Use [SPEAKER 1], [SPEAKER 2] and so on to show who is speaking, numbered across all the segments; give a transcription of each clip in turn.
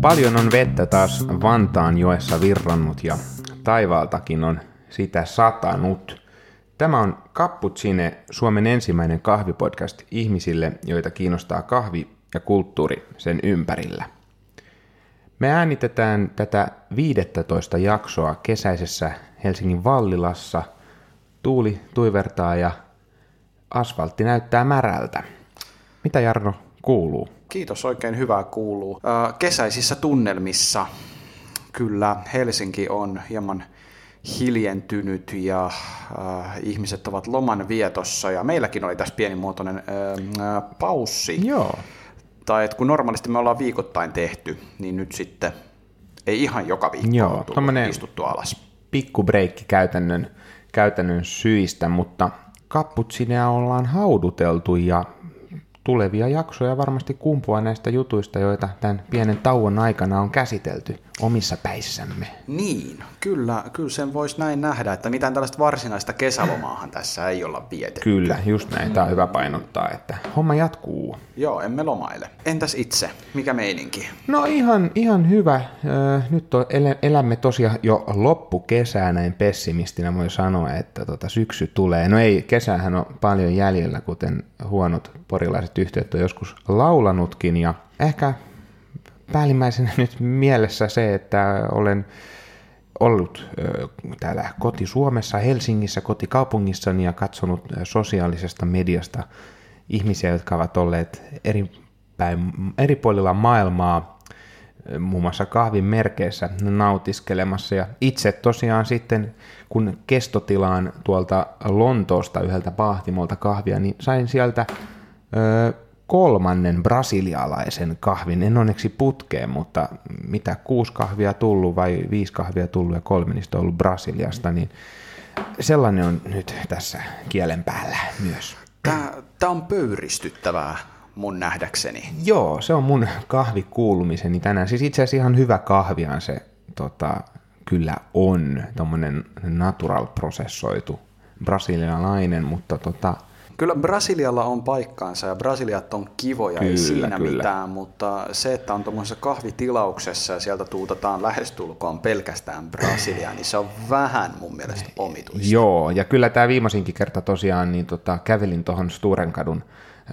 [SPEAKER 1] Paljon on vettä taas Vantaanjoessa virrannut ja taivaaltakin on sitä satanut. Tämä on Cappuccine, Suomen ensimmäinen kahvipodcast ihmisille, joita kiinnostaa kahvi ja kulttuuri sen ympärillä. Me äänitetään tätä 15 jaksoa kesäisessä Helsingin Vallilassa. Tuuli tuivertaa ja asfaltti näyttää märältä. Mitä Jarno kuuluu?
[SPEAKER 2] Kiitos, oikein hyvää kuuluu. Kesäisissä tunnelmissa kyllä Helsinki on hieman hiljentynyt ja ihmiset ovat loman vietossa ja meilläkin oli tässä pienimuotoinen paussi.
[SPEAKER 1] Joo.
[SPEAKER 2] Tai että kun normaalisti me ollaan viikoittain tehty, niin nyt sitten ei ihan joka viikko ole istuttu alas.
[SPEAKER 1] Pikku breikki käytännön syistä, mutta Cappuccinea ollaan hauduteltu ja tulevia jaksoja varmasti kumpuaa näistä jutuista, joita tämän pienen tauon aikana on käsitelty omissa päissämme.
[SPEAKER 2] Niin, kyllä sen voisi näin nähdä, että mitään tällaista varsinaista kesälomaahan tässä ei olla vietetty.
[SPEAKER 1] Kyllä, just näin. Tämä on hyvä painottaa, että homma jatkuu.
[SPEAKER 2] Joo, emme lomaile. Entäs itse? Mikä meininki?
[SPEAKER 1] No ihan hyvä. Nyt elämme tosiaan jo loppukesää, näin pessimistinä voi sanoa, että syksy tulee. No ei, kesähän on paljon jäljellä, kuten huonot porilaiset yhtiöt on joskus laulanutkin, ja ehkä päällimmäisenä nyt mielessä se, että olen ollut täällä koti-Suomessa, Helsingissä, kotikaupungissani ja katsonut sosiaalisesta mediasta ihmisiä, jotka ovat olleet eri puolilla maailmaa, muun muassa kahvin merkeissä nautiskelemassa. Ja itse tosiaan sitten, kun kestotilaan tuolta Lontoosta yhdeltä paahtimolta kahvia, niin sain sieltä 3. brasilialaisen kahvin, en onneksi putkeen, mutta 6 kahvia tullut vai 5 kahvia tullut ja 3 niistä on ollut Brasiliasta, niin sellainen on nyt tässä kielen päällä myös.
[SPEAKER 2] Tämä on pöyristyttävää mun nähdäkseni.
[SPEAKER 1] Joo, se on mun kahvikuulumiseni tänään. Siis itse asiassa ihan hyvä kahviaan se kyllä on, tommonen natural-prosessoitu brasilialainen, mutta
[SPEAKER 2] Kyllä Brasilialla on paikkaansa ja Brasiliat on kivoja, kyllä, ei siinä mitään, mutta se, että on tuommoisessa kahvitilauksessa ja sieltä tuutataan lähestulkoon pelkästään Brasiliaa, niin se on vähän mun mielestä omituista.
[SPEAKER 1] Joo, ja kyllä tämä viimeisinkin kerta tosiaan, niin kävelin tuohon Sturenkadun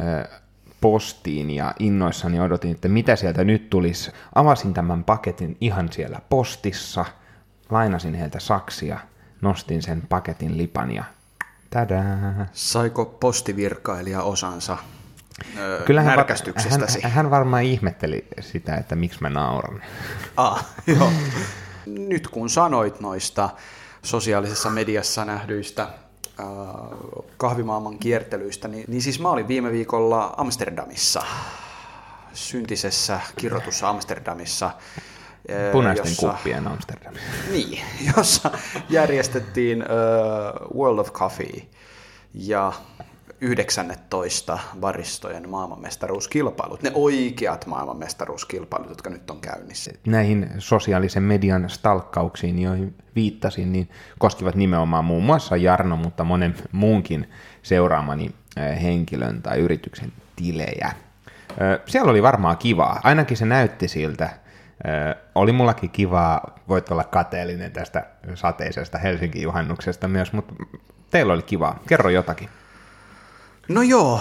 [SPEAKER 1] postiin ja innoissani odotin, että mitä sieltä nyt tulisi. Avasin tämän paketin ihan siellä postissa, lainasin heiltä saksia, nostin sen paketin lipan ja tadaa.
[SPEAKER 2] Saiko postivirkailija osansa
[SPEAKER 1] närkästyksestäsi? Hän varmaan ihmetteli sitä, että miksi mä nauran.
[SPEAKER 2] Joo. Nyt kun sanoit noista sosiaalisessa mediassa nähdyistä kahvimaailman kiertelyistä, niin siis mä olin viime viikolla Amsterdamissa, syntisessä kirjoitussa Amsterdamissa.
[SPEAKER 1] Punaisten kuppien Amsterdamissa.
[SPEAKER 2] Niin, jossa järjestettiin World of Coffee ja 19 baristojen maailmanmestaruuskilpailut, ne oikeat maailmanmestaruuskilpailut, jotka nyt on käynnissä.
[SPEAKER 1] Näihin sosiaalisen median stalkkauksiin, joihin viittasin, niin koskivat nimenomaan muun muassa Jarno, mutta monen muunkin seuraamani henkilön tai yrityksen tilejä. Siellä oli varmaan kivaa, ainakin se näytti siltä. Oli mullakin kivaa, voit olla kateellinen tästä sateisesta Helsingin juhannuksesta myös, mutta teillä oli kivaa. Kerro jotakin.
[SPEAKER 2] No joo,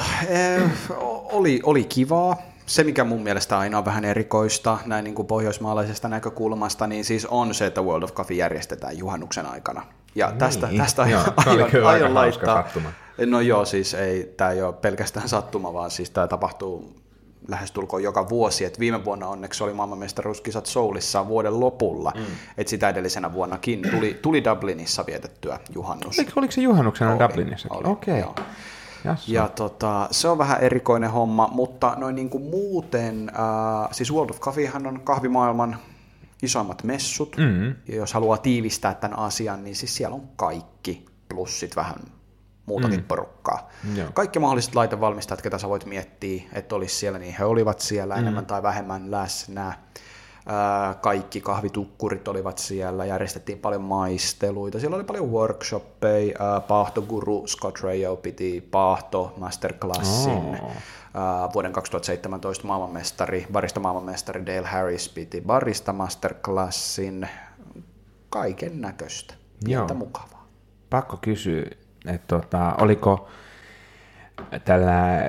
[SPEAKER 2] oli kivaa. Se, mikä mun mielestä aina on vähän erikoista näin niin kuin pohjoismaalaisesta näkökulmasta, niin siis on se, että World of Coffee järjestetään juhannuksen aikana. Ja tästä aion laittaa. Sattuma. No joo, siis tämä ei ole pelkästään sattuma, vaan siis tämä tapahtuu lähestulkoon joka vuosi, että viime vuonna onneksi oli maailmanmestaruuskisat Soulissa vuoden lopulla, että sitä edellisenä vuonnakin tuli Dublinissa vietettyä juhannus.
[SPEAKER 1] Oliko se juhannuksena Dublinissakin? Okei.
[SPEAKER 2] Okay. Ja se on vähän erikoinen homma, mutta noin niin kuin muuten, siis World of Coffeehan on kahvimaailman isoimmat messut, ja jos haluaa tiivistää tämän asian, niin siis siellä on kaikki, plus sit vähän muutakin porukkaa. Joo. Kaikki mahdolliset laitevalmistajat, ketä sä voit miettiä, että olisi siellä, niin he olivat siellä enemmän tai vähemmän läsnä. Kaikki kahvitukkurit olivat siellä, järjestettiin paljon maisteluita, siellä oli paljon workshoppeja, paahtoguru Scott Rayo piti paahto masterclassin, vuoden 2017 barista maailmanmestari Dale Harris piti barista masterclassin, kaiken näköistä, pientä mukavaa.
[SPEAKER 1] Pakko kysyä, että oliko tällä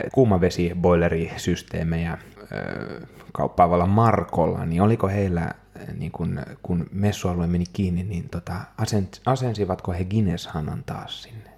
[SPEAKER 1] kuumavesiboilerisysteemejä kauppaavalla Markolla, niin oliko heillä, niin kun messualue meni kiinni, niin asensivatko he Guinness-hanan taas sinne?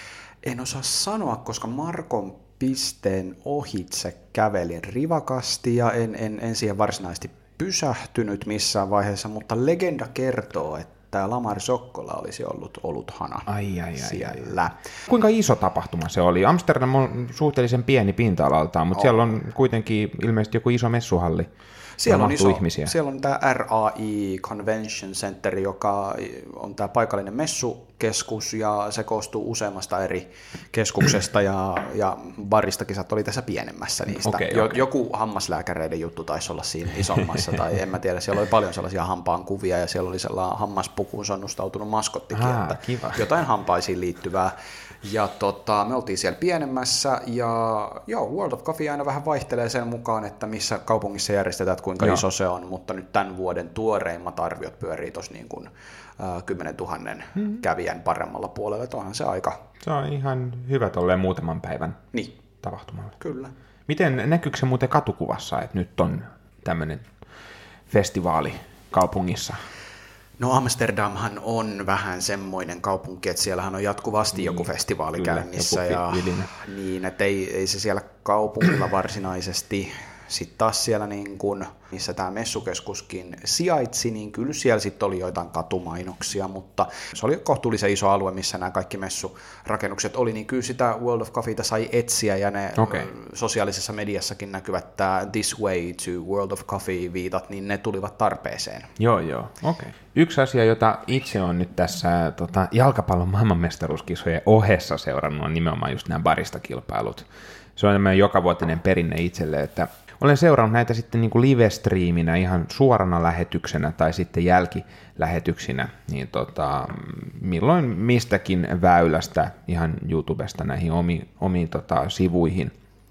[SPEAKER 2] En osaa sanoa, koska Markon pisteen ohitse kävelin rivakasti ja en siihen varsinaisesti pysähtynyt missään vaiheessa, mutta legenda kertoo, että Lamar Sokkola olisi ollut oluthana siellä.
[SPEAKER 1] Kuinka iso tapahtuma se oli? Amsterdam on suhteellisen pieni pinta-alaltaan, mutta siellä on kuitenkin ilmeisesti joku iso messuhalli.
[SPEAKER 2] Siellä on tämä RAI Convention Center, joka on tämä paikallinen messukeskus, ja se koostuu useammasta eri keskuksesta, ja baristakisat oli tässä pienemmässä niistä. Okay. Joku hammaslääkäreiden juttu taisi olla siinä isommassa, tai en mä tiedä, siellä oli paljon sellaisia hampaan kuvia, ja siellä oli sellainen hammaspukuun sonnustautunut maskottikin, jotain hampaisiin liittyvää. Ja me oltiin siellä pienemmässä, ja World of Coffee aina vähän vaihtelee sen mukaan, että missä kaupungissa järjestetään, että kuinka iso se on, mutta nyt tämän vuoden tuoreimmat arviot pyörii tuossa niin kuin 10 000 kävijän paremmalla puolella, että onhan se aika...
[SPEAKER 1] Se on ihan hyvä tolleen muutaman päivän tapahtumalle.
[SPEAKER 2] Kyllä.
[SPEAKER 1] Miten näkyykö se muuten katukuvassa, että nyt on tämmöinen festivaali kaupungissa?
[SPEAKER 2] No Amsterdamhan on vähän semmoinen kaupunki, että siellähän on jatkuvasti joku festivaali käynnissä, niin, että ei se siellä kaupungilla varsinaisesti. Sitten taas siellä, niin kun, missä tämä messukeskuskin sijaitsi, niin kyllä siellä sitten oli joitain katumainoksia, mutta se oli kohtuullisen iso alue, missä nämä kaikki messurakennukset oli, niin kyllä sitä World of Coffeeta sai etsiä, ja ne sosiaalisessa mediassakin näkyvät tämä This Way to World of Coffee-viitat, niin ne tulivat tarpeeseen.
[SPEAKER 1] Joo, okei. Yksi asia, jota itse on nyt tässä jalkapallon maailmanmestaruuskisojen ohessa seurannut, on nimenomaan just nämä baristakilpailut. Se on tämmöinen jokavuotinen perinne itselle, että olen seurannut näitä sitten niin kuin live-striiminä ihan suorana lähetyksenä tai sitten jälkilähetyksinä, niin milloin mistäkin väylästä ihan YouTubesta näihin omiin sivuihin.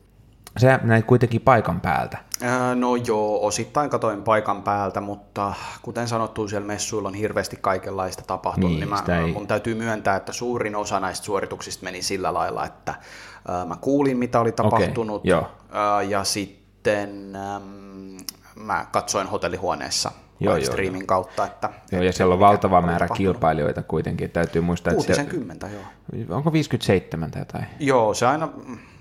[SPEAKER 1] Sä näit kuitenkin paikan päältä.
[SPEAKER 2] No joo, osittain katoin paikan päältä, mutta kuten sanottu, siellä messuilla on hirveästi kaikenlaista tapahtunut, niin mun täytyy myöntää, että suurin osa näistä suorituksista meni sillä lailla, että mä kuulin, mitä oli tapahtunut, ja sitten mä katsoin hotellihuoneessa streamin kautta.
[SPEAKER 1] Ja siellä on valtava määrä kilpailijoita kuitenkin, täytyy muistaa, että
[SPEAKER 2] 60,
[SPEAKER 1] onko 57 tai jotain?
[SPEAKER 2] Joo, se aina...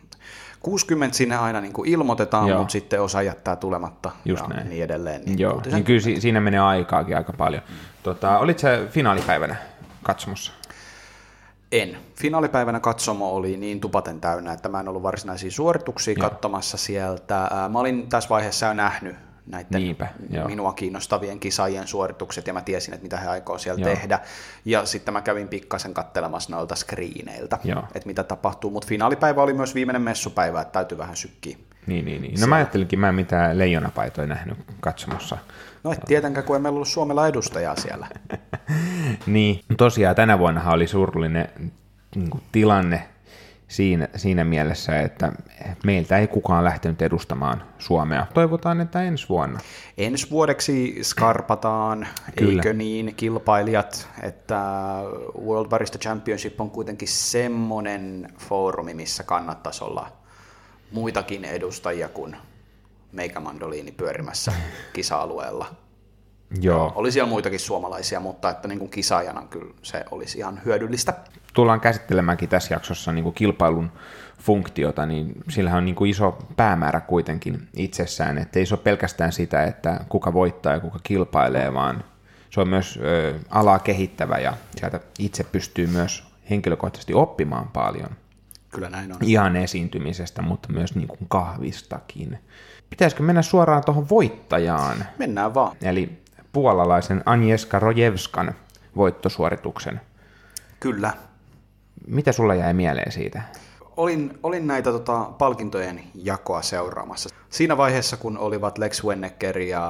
[SPEAKER 2] 60 sinne aina niin kuin ilmoitetaan, mutta sitten osa jättää tulematta ja niin edelleen.
[SPEAKER 1] Niin kyllä siinä menee aikaakin aika paljon. Olit sä finaalipäivänä katsomossa?
[SPEAKER 2] En. Finaalipäivänä katsomo oli niin tupaten täynnä, että mä en ollut varsinaisia suorituksia katsomassa sieltä. Mä olin tässä vaiheessa jo nähnyt näiden minua kiinnostavien kisaajien suoritukset, ja mä tiesin, että mitä he aikoo siellä tehdä. Ja sitten mä kävin pikkasen katselemassa noilta screeneiltä, että mitä tapahtuu. Mutta finaalipäivä oli myös viimeinen messupäivä, että täytyy vähän sykkiä.
[SPEAKER 1] Niin. No mä ajattelinkin, mä en mitään leijonapaitoja nähnyt katsomossa.
[SPEAKER 2] No et tietenkään, kun ei meillä ollut Suomella edustajaa siellä.
[SPEAKER 1] Niin, tosiaan tänä vuonnahan oli surullinen tilanne siinä mielessä, että meiltä ei kukaan lähtenyt edustamaan Suomea. Toivotaan, että ensi vuonna.
[SPEAKER 2] Ensi vuodeksi skarpataan, eikö niin, kilpailijat, että World Barista Championship on kuitenkin semmoinen foorumi, missä kannattaisi olla muitakin edustajia kuin meikämandoliini pyörimässä kisa-alueella.
[SPEAKER 1] Joo.
[SPEAKER 2] Oli siellä muitakin suomalaisia, mutta että niin kuin kisaajana kyllä se olisi ihan hyödyllistä.
[SPEAKER 1] Tullaan käsittelemäänkin tässä jaksossa niin kuin kilpailun funktiota, niin sillähän on niin kuin iso päämäärä kuitenkin itsessään, että ei se ole pelkästään sitä, että kuka voittaa ja kuka kilpailee, vaan se on myös alaa kehittävä, ja sieltä itse pystyy myös henkilökohtaisesti oppimaan paljon.
[SPEAKER 2] Kyllä näin on.
[SPEAKER 1] Ihan esiintymisestä, mutta myös niin kuin kahvistakin. Pitäisikö mennä suoraan tuohon voittajaan?
[SPEAKER 2] Mennään vaan.
[SPEAKER 1] Eli puolalaisen Agnieszka Rojewskan voittosuorituksen.
[SPEAKER 2] Kyllä.
[SPEAKER 1] Mitä sulla jäi mieleen siitä?
[SPEAKER 2] Olin näitä palkintojen jakoa seuraamassa. Siinä vaiheessa, kun olivat Lex Wennecker ja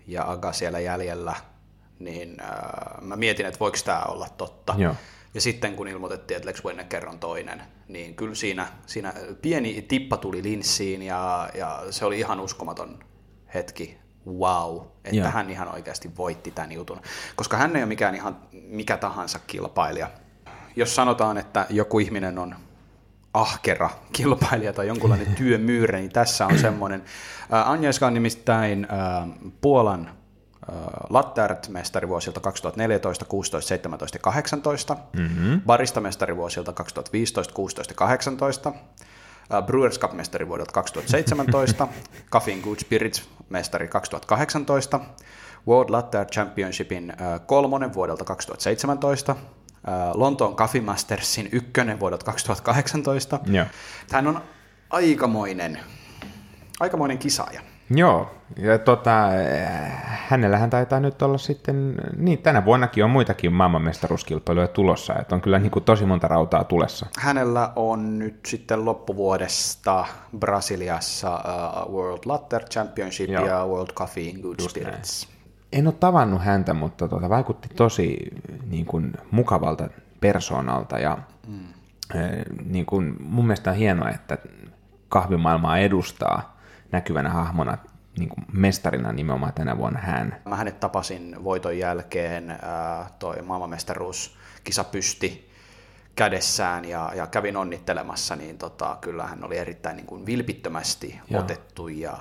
[SPEAKER 2] ja Aga siellä jäljellä, niin mä mietin, että voiko tämä olla totta.
[SPEAKER 1] Joo.
[SPEAKER 2] Ja sitten kun ilmoitettiin, että Lex Waynecker on toinen, niin kyllä siinä pieni tippa tuli linssiin ja se oli ihan uskomaton hetki. Wow, että hän ihan oikeasti voitti tämän jutun. Koska hän ei ole mikään ihan mikä tahansa kilpailija. Jos sanotaan, että joku ihminen on ahkera kilpailija tai jonkunlainen työmyyrä, niin tässä on semmoinen. Agnieszka on nimittäin Puolan Latte-Art-mestari vuosilta 2014, 16, 17 ja 18, Barista-mestari vuosilta 2015, 16 ja 18, Brewers Cup-mestari vuodelta 2017, Coffee and Good Spirits-mestari 2018, World Latte Art Championshipin 3. vuodelta 2017, Lontoon Coffee Mastersin 1. vuodelta 2018. Yeah. Hän on aikamoinen kisaaja.
[SPEAKER 1] Joo, ja hänellähän taitaa nyt olla sitten, niin tänä vuonnakin on muitakin maailmanmestaruuskilpailuja tulossa, että on kyllä niin kuin tosi monta rautaa tulessa.
[SPEAKER 2] Hänellä on nyt sitten loppuvuodesta Brasiliassa World Latte Championship ja World Coffee and Good Spirits.
[SPEAKER 1] En ole tavannut häntä, mutta vaikutti tosi niin kuin mukavalta persoonalta ja niin kuin, mun mielestä on hienoa, että kahvimaailmaa edustaa näkyvänä hahmona, niin kuin mestarina nimenomaan tänä vuonna hän.
[SPEAKER 2] Mä hänet tapasin voiton jälkeen, toi maailmanmestaruuskisa pysti kädessään ja kävin onnittelemassa, niin kyllä hän oli erittäin niin kuin vilpittömästi otettu ja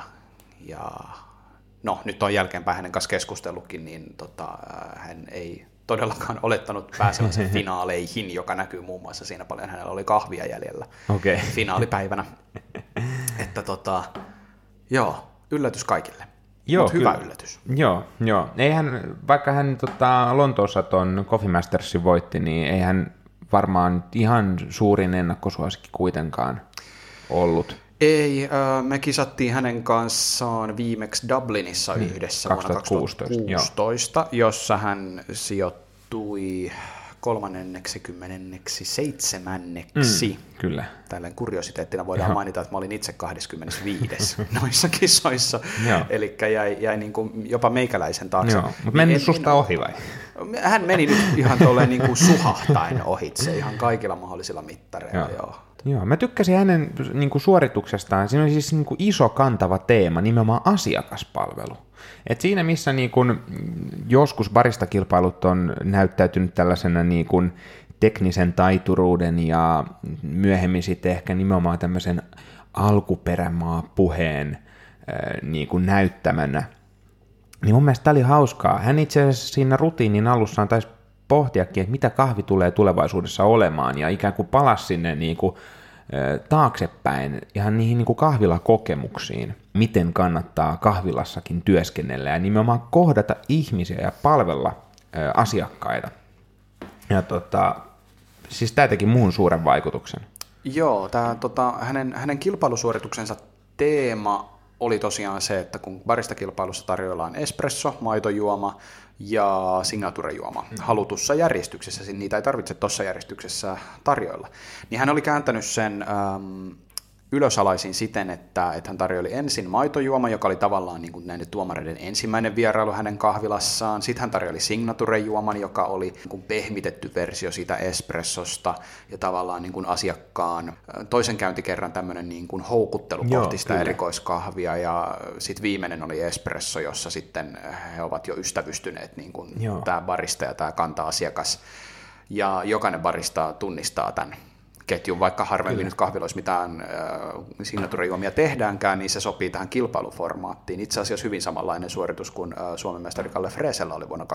[SPEAKER 2] no nyt on jälkeenpäin hänen kanssa keskustellutkin, niin hän ei todellakaan olettanut pääsevänsä finaaleihin, joka näkyy muun muassa siinä paljon hänellä oli kahvia jäljellä finaalipäivänä. Että joo, yllätys kaikille. Mutta hyvä yllätys.
[SPEAKER 1] Joo. Vaikka hän Lontoossa ton Coffee Mastersin voitti, niin ei hän varmaan ihan suurin ennakkosuosikki kuitenkaan ollut.
[SPEAKER 2] Ei, me kisattiin hänen kanssaan viimeksi Dublinissa yhdessä 2016, jossa hän sijoittui 37.
[SPEAKER 1] Kyllä.
[SPEAKER 2] Tällainen kuriositeettina voidaan mainita, että mä olin itse 25. noissa kisoissa, eli jäi niin kuin jopa meikäläisen taakse.
[SPEAKER 1] Mutta mennyt susta ohi vai?
[SPEAKER 2] Hän meni nyt ihan tolleen niin kuin suhahtain ohitse ihan kaikilla mahdollisilla mittareilla.
[SPEAKER 1] Joo, mä tykkäsin hänen niin kuin suorituksestaan. Siinä on siis niin kuin iso kantava teema, nimenomaan asiakaspalvelu. Et siinä, missä niin kuin joskus baristakilpailut on näyttäytynyt tällaisena niin kuin teknisen taituruuden ja myöhemmin sitten ehkä nimenomaan tämmöisen alkuperämaa-puheen niin kuin näyttämänä, niin mun mielestä tämä oli hauskaa. Hän itse asiassa siinä rutiinin alussaan taisi pohtiakin, että mitä kahvi tulee tulevaisuudessa olemaan, ja ikään kuin palasi sinne niin kuin taaksepäin ihan niihin niin kuin kahvilakokemuksiin, miten kannattaa kahvilassakin työskennellä ja nimenomaan kohdata ihmisiä ja palvella asiakkaita. Ja siis tämä teki muun suuren vaikutuksen.
[SPEAKER 2] Joo, hänen kilpailusuorituksensa teema oli tosiaan se, että kun baristakilpailussa tarjoillaan espresso, maitojuoma ja signature-juoma halutussa järjestyksessä, niitä ei tarvitse tuossa järjestyksessä tarjoilla, niin hän oli kääntänyt sen ylösalaisin siten, että hän tarjoili ensin maitojuoma, joka oli tavallaan niin kuin näiden tuomareiden ensimmäinen vierailu hänen kahvilassaan. Sitten hän tarjoili signature-juoman, joka oli niin kuin pehmitetty versio siitä espressosta ja tavallaan niin kuin asiakkaan toisen käyntikerran tämmöinen niin kuin houkuttelu kohti sitä erikoiskahvia. Ja sitten viimeinen oli espresso, jossa sitten he ovat jo ystävystyneet, niin kuin tämä barista ja tämä kanta-asiakas. Ja jokainen barista tunnistaa tämän ketjun, vaikka harvemmin nyt kahviloissa mitään signature-juomia tehdäänkään, niin se sopii tähän kilpailuformaattiin. Itse asiassa hyvin samanlainen suoritus kuin Suomen mestari Kalle Freesellä oli vuonna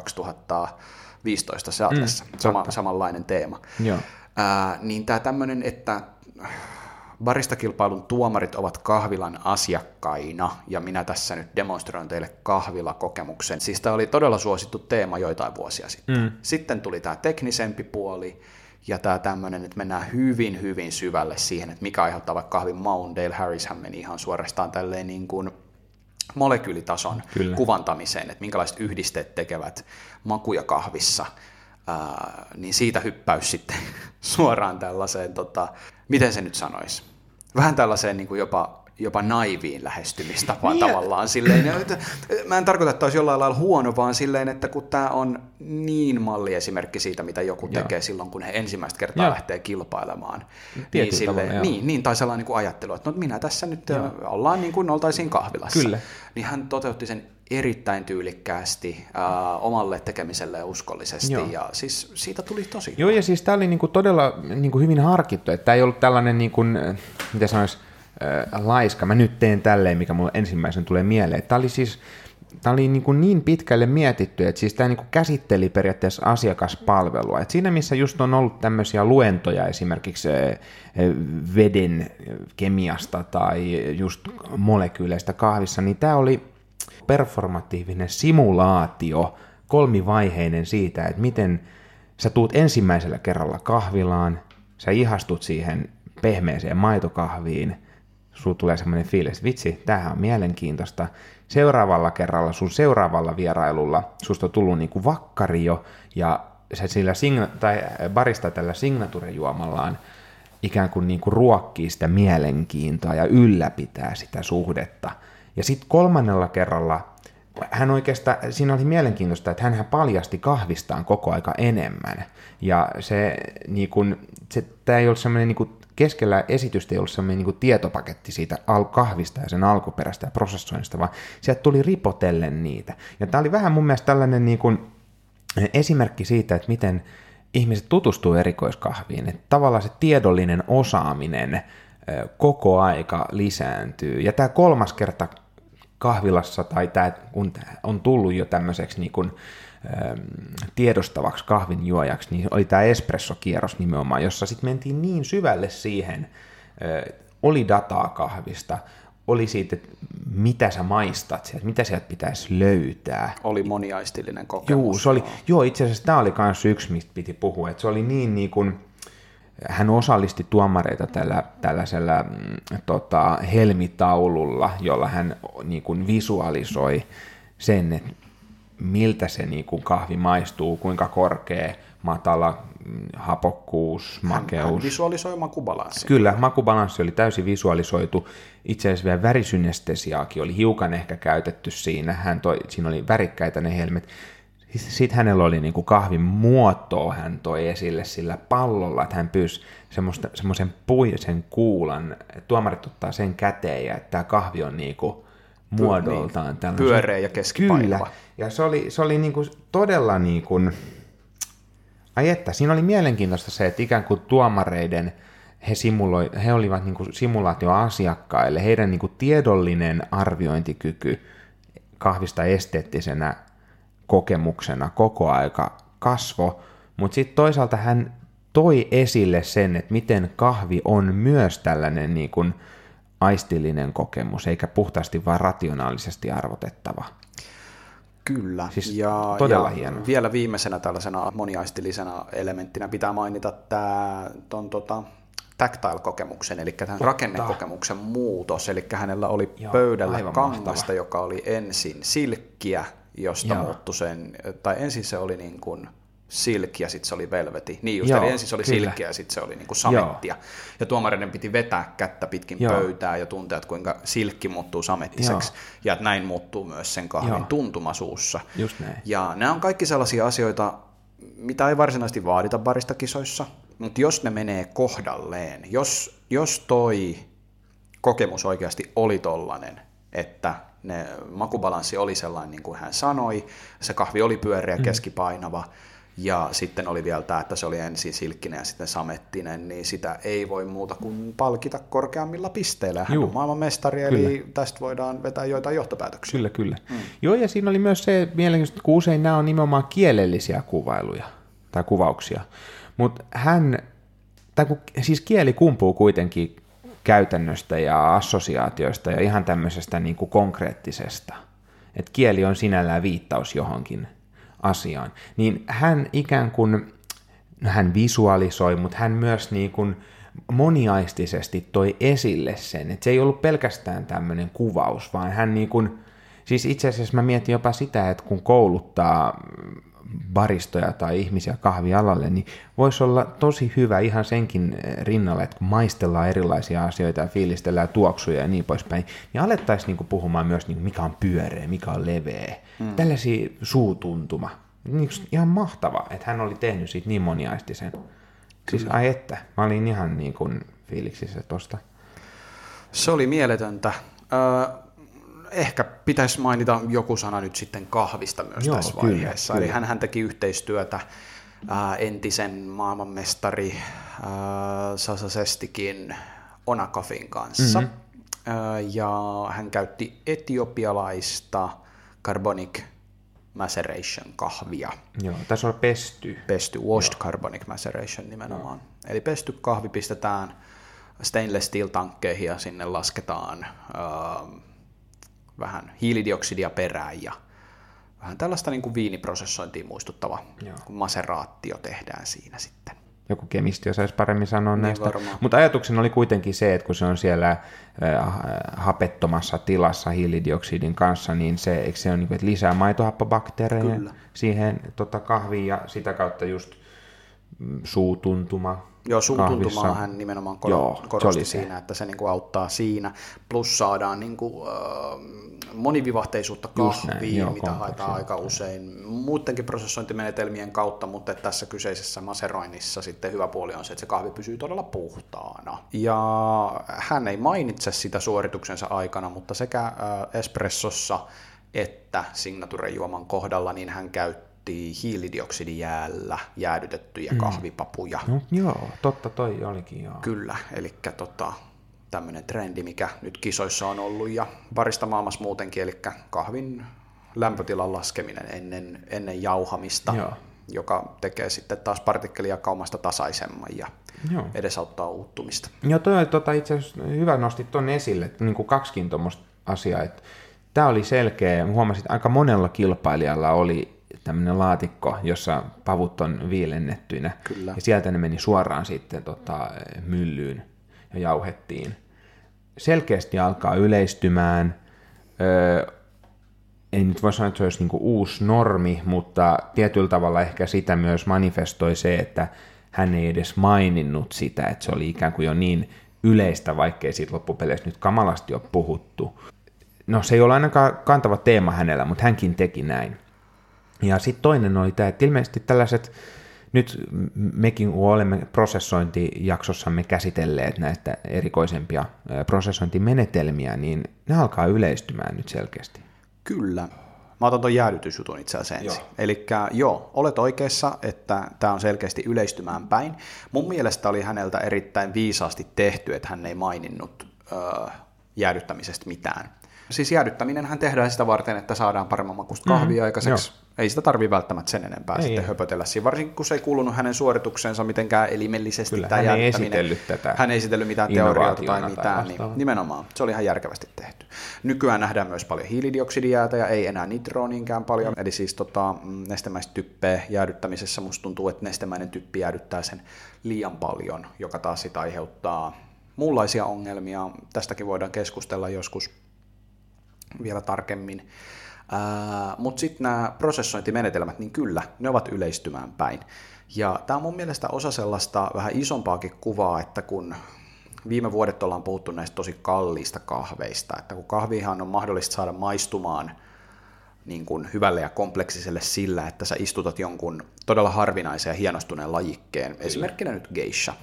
[SPEAKER 2] 2015 Seatlessa. Samanlainen teema. Niin tämä tämmöinen, että baristakilpailun tuomarit ovat kahvilan asiakkaina, ja minä tässä nyt demonstroin teille kahvilakokemuksen. Siis tämä oli todella suosittu teema joitain vuosia sitten. Sitten tuli tämä teknisempi puoli, ja tämä tämmöinen, että mennään hyvin, hyvin syvälle siihen, että mikä aiheuttaa vaikka kahvin maun. Dale Harrishan meni ihan suorastaan tälleen niin kuin molekyylitason kuvantamiseen, että minkälaiset yhdisteet tekevät makuja kahvissa, niin siitä hyppäys sitten suoraan tällaiseen, miten se nyt sanoisi, vähän tällaiseen niin kuin jopa naiviin lähestymistapaan tavallaan silleen. Mä en tarkoita, että olisi jollain lailla huono, vaan silleen, että kun tämä on niin malliesimerkki siitä, mitä joku tekee silloin, kun he ensimmäistä kertaa lähtee kilpailemaan. Niin, silleen, niin, tai sellainen niin ajattelu, että no, minä tässä nyt ollaan niin kuin oltaisiin kahvilassa.
[SPEAKER 1] Kyllä.
[SPEAKER 2] Niin hän toteutti sen erittäin tyylikkäästi omalle tekemiselle ja uskollisesti, ja siis siitä tuli tosi
[SPEAKER 1] Joo, ja siis tämä oli niinku todella niinku hyvin harkittu, että tämä ei ollut tällainen, niinku, mitä sanoisi, laiska, mä nyt teen tälleen, mikä mulle ensimmäisen tulee mieleen. Tämä oli niin pitkälle mietitty, että siis tämä niinku käsitteli periaatteessa asiakaspalvelua. Et siinä, missä just on ollut tämmöisiä luentoja esimerkiksi veden kemiasta tai just molekyyleistä kahvissa, niin tämä oli performatiivinen simulaatio, kolmivaiheinen siitä, että miten sä tuut ensimmäisellä kerralla kahvilaan, sä ihastut siihen pehmeeseen maitokahviin, sulla tulee semmoinen fiilis, että vitsi, tämähän on mielenkiintoista. Seuraavalla kerralla, sun seuraavalla vierailulla, susta on tullut niinku vakkari jo, ja sä sillä barista tällä signaturejuomallaan ikään kuin niinku ruokkii sitä mielenkiintoa ja ylläpitää sitä suhdetta. Ja sitten kolmannella kerralla hän oikeastaan, siinä oli mielenkiintoista, että hän paljasti kahvistaan koko aika enemmän. Ja tämä ei ollut semmoinen, niin kuin keskellä esitystä ei ollut semmoinen niin kuin tietopaketti siitä kahvista ja sen alkuperäistä ja prosessoinnista, vaan sieltä tuli ripotellen niitä. Ja tämä oli vähän mun mielestä tällainen niin kuin esimerkki siitä, että miten ihmiset tutustuu erikoiskahviin. Että tavallaan se tiedollinen osaaminen koko aika lisääntyy. Ja tämä kolmas kerta kahvilassa, tai tämä, kun on tullut jo tämmöiseksi niin kuin, tiedostavaksi kahvinjuojaksi, niin oli tämä espressokierros nimenomaan, jossa sitten mentiin niin syvälle siihen, oli dataa kahvista, oli siitä, että mitä sä maistat sieltä, mitä sieltä pitäisi löytää.
[SPEAKER 2] Oli moniaistillinen kokemus.
[SPEAKER 1] Itse asiassa tämä oli myös yksi, mistä piti puhua, että se oli niin kuin, hän osallisti tuomareita tällaisella helmitaululla, jolla hän niin kuin visualisoi sen, että miltä se niin kuin kahvi maistuu, kuinka korkea, matala, hapokkuus, makeus.
[SPEAKER 2] Hän visualisoi makubalanssin.
[SPEAKER 1] Kyllä, makubalanssi oli täysin visualisoitu. Itse asiassa vielä värisynnestesiaakin oli hiukan ehkä käytetty siinä. Siinä oli värikkäitä ne helmet. Sitten hänellä oli niin kuin kahvin muotoa, hän toi esille sillä pallolla, että hän pyysi semmoisen puisen kuulan, tuomarit ottaa sen käteen ja että tämä kahvi on niin kuin muodoltaan tällainen.
[SPEAKER 2] Pyöreä ja keskipainava.
[SPEAKER 1] Kyllä, ja se oli niin kuin todella niin kuin, siinä oli mielenkiintoista se, että ikään kuin tuomareiden, he olivat niin kuin simulaatioasiakkaille, heidän niin kuin tiedollinen arviointikyky kahvista esteettisenä kokemuksena koko aika kasvo, mutta sitten toisaalta hän toi esille sen, että miten kahvi on myös tällainen niin kuin aistillinen kokemus, eikä puhtaasti vaan rationaalisesti arvotettava.
[SPEAKER 2] Kyllä,
[SPEAKER 1] siis todella hienoa.
[SPEAKER 2] Vielä viimeisenä tällaisena moniaistillisena elementtinä pitää mainita tämä tactile-kokemuksen, eli tämän rakennekokemuksen muutos, eli hänellä oli pöydällä kangasta, joka oli ensin silkkiä, josta muuttui tai ensin se oli niin kuin silkki ja sitten se oli velveti. Niin just, eli ensin se oli silkkiä ja sitten se oli niin kuin samettia. Ja tuomareiden piti vetää kättä pitkin pöytää ja tuntea, että kuinka silkki muuttuu samettiseksi ja että näin muuttuu myös sen kahvin tuntuma suussa.
[SPEAKER 1] Just näin.
[SPEAKER 2] Ja nämä on kaikki sellaisia asioita, mitä ei varsinaisesti vaadita baristakisoissa, mutta jos ne menee kohdalleen, jos toi kokemus oikeasti oli tollainen, että makubalanssi oli sellainen, niin kuin hän sanoi, se kahvi oli pyöreä, keskipainava, ja sitten oli vielä tämä, että se oli ensin silkkinen ja sitten samettinen, niin sitä ei voi muuta kuin palkita korkeammilla pisteillä. Hän on maailmanmestari, eli tästä voidaan vetää joitain johtopäätöksiä.
[SPEAKER 1] Kyllä. Joo, ja siinä oli myös se mielenkiintoista, kun usein nämä on nimenomaan kielellisiä kuvailuja tai kuvauksia, mutta siis kieli kumpuu kuitenkin käytännöstä ja assosiaatioista ja ihan tämmöisestä niin kuin konkreettisesta. Että kieli on sinällään viittaus johonkin asiaan. Niin hän ikään kuin, hän visualisoi, mutta hän myös niin kuin moniaistisesti toi esille sen, että se ei ollut pelkästään tämmöinen kuvaus, vaan hän niin kuin, siis itse asiassa mä mietin jopa sitä, että kun kouluttaa baristoja tai ihmisiä kahvialalle, niin voisi olla tosi hyvä ihan senkin rinnalle, että kun maistellaan erilaisia asioita ja fiilistellään tuoksuja ja niin poispäin, niin alettaisiin niinku puhumaan myös, niinku, mikä on pyöreä, mikä on leveä. Tällaisia suutuntuma. Ihan mahtavaa, että hän oli tehnyt siitä niin moniaistisen. Siis ai että, mä olin ihan niin kuin fiiliksissä tosta.
[SPEAKER 2] Se oli mieletöntä. Ehkä pitäisi mainita joku sana nyt sitten kahvista myös tässä vaiheessa. Kyllä. Eli hän teki yhteistyötä entisen maailmanmestari Sasa Sestikin Onakafin kanssa. Ja hän käytti etiopialaista Carbonic Maceration kahvia.
[SPEAKER 1] Joo, tässä on pesty.
[SPEAKER 2] Washed Carbonic Maceration nimenomaan. Eli pesty kahvi pistetään stainless steel tankkeihin ja sinne lasketaan vähän hiilidioksidia perään ja vähän tällaista niin kuin viiniprosessointiin muistuttava, kun maseraatio tehdään siinä sitten.
[SPEAKER 1] Joku kemisti osaisi paremmin sanoa niin näistä. Mutta ajatuksena oli kuitenkin se, että kun se on siellä hapettomassa tilassa hiilidioksidin kanssa, niin eikö se on niin kuin, että lisää maitohappobakteereja siihen kahviin ja sitä kautta just suutuntuma.
[SPEAKER 2] Joo, suutuntumaa hän nimenomaan korosti siinä, että se niinku auttaa siinä. Plus saadaan niinku, monivivahteisuutta kahviin, mitä haetaan aika usein muidenkin prosessointimenetelmien kautta, mutta tässä kyseisessä maseroinnissa sitten hyvä puoli on se, että se kahvi pysyy todella puhtaana. Ja hän ei mainitse sitä suorituksensa aikana, mutta sekä espressossa että signature-juoman kohdalla niin hän käyttää hiilidioksidijäällä jäädytettyjä kahvipapuja.
[SPEAKER 1] No, joo, totta toi olikin. Joo.
[SPEAKER 2] Kyllä, eli tämmöinen trendi, mikä nyt kisoissa on ollut ja barista maailmassa muutenkin, eli kahvin lämpötilan laskeminen ennen jauhamista, joka tekee sitten taas partikkelijakaumasta tasaisemman ja edesauttaa uuttumista.
[SPEAKER 1] Joo, toi itse asiassa hyvä nostit tuon esille, niin kuin kaksikin tuommoista asiaa. Tämä oli selkeä, huomasin, että aika monella kilpailijalla oli tämmöinen laatikko, jossa pavut on viilennettyinä.
[SPEAKER 2] Kyllä.
[SPEAKER 1] Ja sieltä ne meni suoraan sitten myllyyn ja jauhettiin. Selkeästi alkaa yleistymään. Ei nyt voi sanoa, että se olisi niinku uusi normi, mutta tietyllä tavalla ehkä sitä myös manifestoi se, että hän ei edes maininnut sitä, että se oli ikään kuin jo niin yleistä, vaikkei siitä loppupeleissä nyt kamalasti ole puhuttu. No se ei ole ainakaan kantava teema hänellä, mutta hänkin teki näin. Ja sitten toinen oli tämä, että ilmeisesti tällaiset, nyt mekin olemme prosessointijaksossamme käsitelleet näitä erikoisempia prosessointimenetelmiä, niin ne alkaa yleistymään nyt selkeästi.
[SPEAKER 2] Kyllä. Mä otan tuon jäädytysjutun itse asiassa ensin. Eli olet oikeassa, että tämä on selkeästi yleistymään päin. Mun mielestä oli häneltä erittäin viisaasti tehty, että hän ei maininnut jäädyttämisestä mitään. Siis jäädyttäminenhän tehdään sitä varten, että saadaan paremman makuista kahvia aikaiseksi. Ei sitä tarvitse välttämättä sen enempää sitten höpötellä siinä, varsinkin kun se ei kuulunut hänen suorituksensa mitenkään elimellisesti.
[SPEAKER 1] Kyllä, hän ei esitellyt tätä.
[SPEAKER 2] Hän ei esitellyt mitään teorioita tai mitään, niin nimenomaan. Se oli ihan järkevästi tehty. Nykyään nähdään myös paljon hiilidioksidijäätä ja ei enää nitroa niinkään paljon. Eli siis nestemäistä typpeä jäädyttämisessä musta tuntuu, että nestemäinen typpi jäädyttää sen liian paljon, joka taas sitä aiheuttaa muunlaisia ongelmia. Tästäkin voidaan keskustella joskus vielä tarkemmin. Mutta sitten nämä prosessointimenetelmät, niin kyllä, ne ovat yleistymään päin. Ja tämä on mun mielestä osa sellaista vähän isompaakin kuvaa, että kun viime vuodet ollaan puhuttu näistä tosi kalliista kahveista, että kun kahvihan on mahdollista saada maistumaan niin kuin hyvälle ja kompleksiselle sillä, että sä istutat jonkun todella harvinaisen ja hienostuneen lajikkeen, esimerkkinä nyt geisha.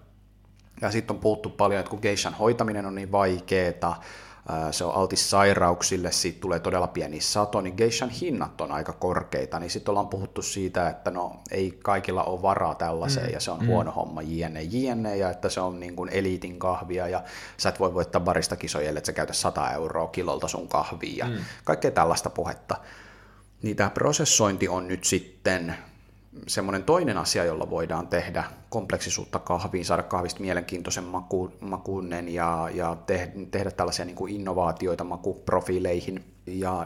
[SPEAKER 2] Ja sitten on puhuttu paljon, että kun geishan hoitaminen on niin vaikeeta, se on altis sairauksille, siitä tulee todella pieni sato, niin geishan hinnat on aika korkeita, niin sitten ollaan puhuttu siitä, että no ei kaikilla ole varaa tällaiseen, ja se on huono homma, jne, ja että se on niin kuin eliitin kahvia, ja sä et voi voittaa baristakisoja, että sä käytä 100 € kilolta sun kahvia, ja kaikkea tällaista puhetta. Niin tämä prosessointi on nyt sitten semmoinen toinen asia, jolla voidaan tehdä kompleksisuutta kahviin, saada kahvista mielenkiintoisen makuinen ja tehdä tällaisia niin kuin innovaatioita makuprofiileihin. Ja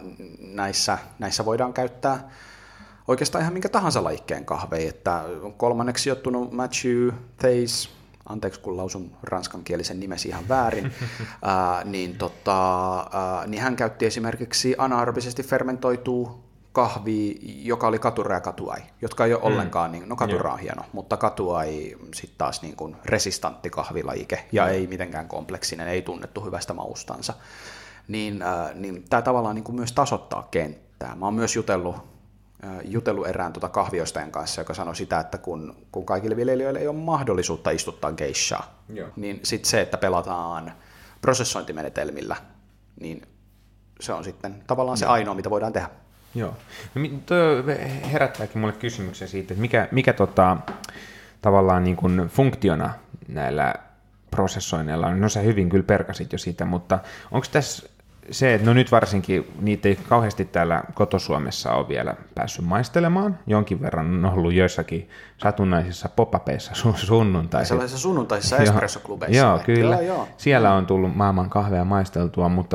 [SPEAKER 2] näissä voidaan käyttää oikeastaan ihan minkä tahansa lajikkeen kahveja. Että kolmanneksi sijoittunut Mathieu Theis, anteeksi kun lausun ranskankielisen nimesi ihan väärin, niin hän käytti esimerkiksi anaerobisesti fermentoitua kahvi, joka oli Katura ja Katuai, jotka ei ole ollenkaan, niin, no Katura on hieno, mutta Katuai sitten taas niin kuin resistantti kahvilajike ja ei mitenkään kompleksinen, ei tunnettu hyvästä maustansa. Niin tämä tavallaan niin kuin myös tasoittaa kenttää. Mä oon myös jutellut erään kahvioistajan kanssa, joka sanoi sitä, että kun kaikille viljelijöille ei ole mahdollisuutta istuttaa geishaa, niin sitten se, että pelataan prosessointimenetelmillä, niin se on sitten tavallaan se ainoa, mitä voidaan tehdä.
[SPEAKER 1] Joo. No, toi herättääkin mulle kysymyksen siitä, että mikä tavallaan niin kuin funktiona näillä prosessoinneilla on. No sä hyvin kyllä perkasit jo sitä, mutta onko tässä se, että no nyt varsinkin niitä ei kauheasti täällä kotosuomessa ole vielä päässyt maistelemaan. Jonkin verran on ollut joissakin satunnaisissa pop-upeissa sunnuntaisin.
[SPEAKER 2] Sellaisissa sunnuntaisissa espressoklubeissa.
[SPEAKER 1] Joo, kyllä. Joo. Siellä on tullut maailman kahvea maisteltua, mutta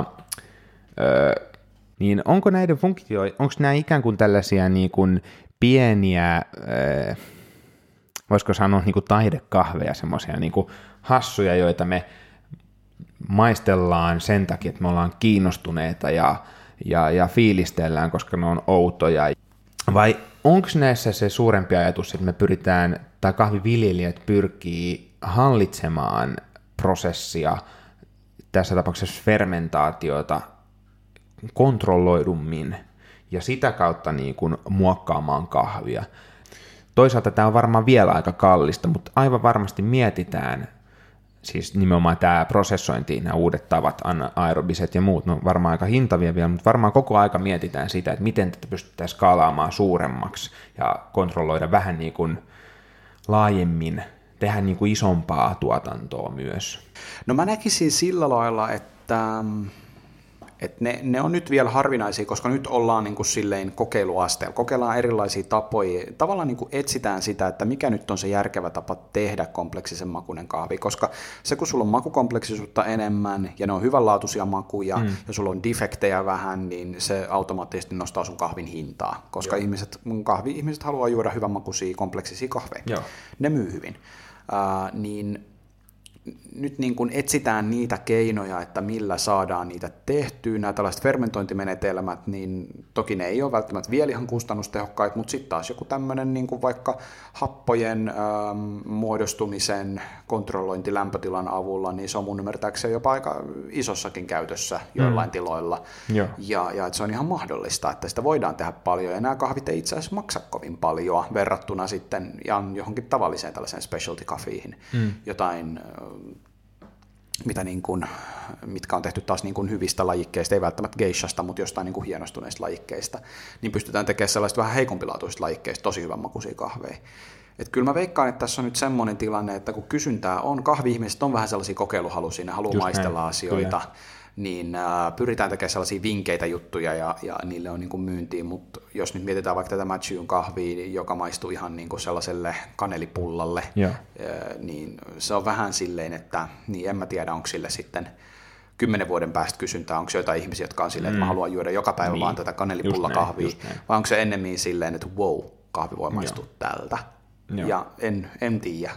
[SPEAKER 1] niin onko näiden funktioita, onko nämä ikään kuin tällaisia niin kuin pieniä, voisiko sanoa niin kuin taidekahveja, semmoisia niin kuin hassuja, joita me maistellaan sen takia, että me ollaan kiinnostuneita ja fiilistellään, koska ne on outoja. Vai onko näissä se suurempi ajatus, että me pyritään, tai kahviviljelijät pyrkii hallitsemaan prosessia, tässä tapauksessa fermentaatiota, kontrolloidummin ja sitä kautta niin kuin muokkaamaan kahvia. Toisaalta tämä on varmaan vielä aika kallista, mutta aivan varmasti mietitään, siis nimenomaan tämä prosessointi, nämä uudet tavat, anaerobiset ja muut, no varmaan aika hintavia vielä, mutta varmaan koko aika mietitään sitä, että miten tätä pystytään skaalaamaan suuremmaksi ja kontrolloida vähän niin kuin laajemmin, tehdä niin kuin isompaa tuotantoa myös.
[SPEAKER 2] No mä näkisin sillä lailla, että ne on nyt vielä harvinaisia, koska nyt ollaan niin kuin silleen kokeiluasteella. Kokeillaan erilaisia tapoja. Tavallaan niin kuin etsitään sitä, että mikä nyt on se järkevä tapa tehdä kompleksisen makuinen kahvi, koska se, kun sulla on makukompleksisuutta enemmän ja ne on hyvänlaatuisia makuja ja sulla on defektejä vähän, niin se automaattisesti nostaa sun kahvin hintaa, koska ihmiset haluaa juoda hyvänmakuisia kompleksisia kahveja. Joo. Ne myy hyvin. Niin nyt niin kuin etsitään niitä keinoja, että millä saadaan niitä tehtyä. Nämä tällaiset fermentointimenetelmät, niin toki ne ei ole välttämättä vielä ihan kustannustehokkaita, mutta sitten taas joku tämmöinen niin kuin vaikka happojen muodostumisen kontrollointi lämpötilan avulla, niin se on mun ymmärtääkseni jopa aika isossakin käytössä joillain tiloilla. Ja että se on ihan mahdollista, että sitä voidaan tehdä paljon. Ja nämä kahvit ei itse asiassa maksa kovin paljon verrattuna sitten johonkin tavalliseen tällaiseen specialty coffeeihin. Jotain mitkä on tehty taas niin kuin hyvistä lajikkeista, ei välttämättä geishasta, mutta jostain niin kuin hienostuneista lajikkeista, niin pystytään tekemään sellaista vähän heikompilaatuisista lajikkeista tosi hyvänmakuisia kahveja. Et kyllä mä veikkaan, että tässä on nyt semmoinen tilanne, että kun kysyntää on, kahvi-ihmiset on vähän sellaisia kokeiluhaluisia, ne haluaa maistella asioita, niin pyritään tekemään sellaisia vinkeitä juttuja ja niille on niin kuin myyntiä, mutta jos nyt mietitään vaikka tätä Matthewn kahvia, joka maistuu ihan niin kuin sellaiselle kanelipullalle, niin se on vähän silleen, että niin en mä tiedä, onko sille sitten 10 vuoden päästä kysyntää, onko jotain ihmisiä, jotka on silleen, että mä haluan juoda joka päivä vaan tätä kanelipullakahvia, vai onko se ennemmin silleen, että wow, kahvi voi maistua tältä, ja en tiedä.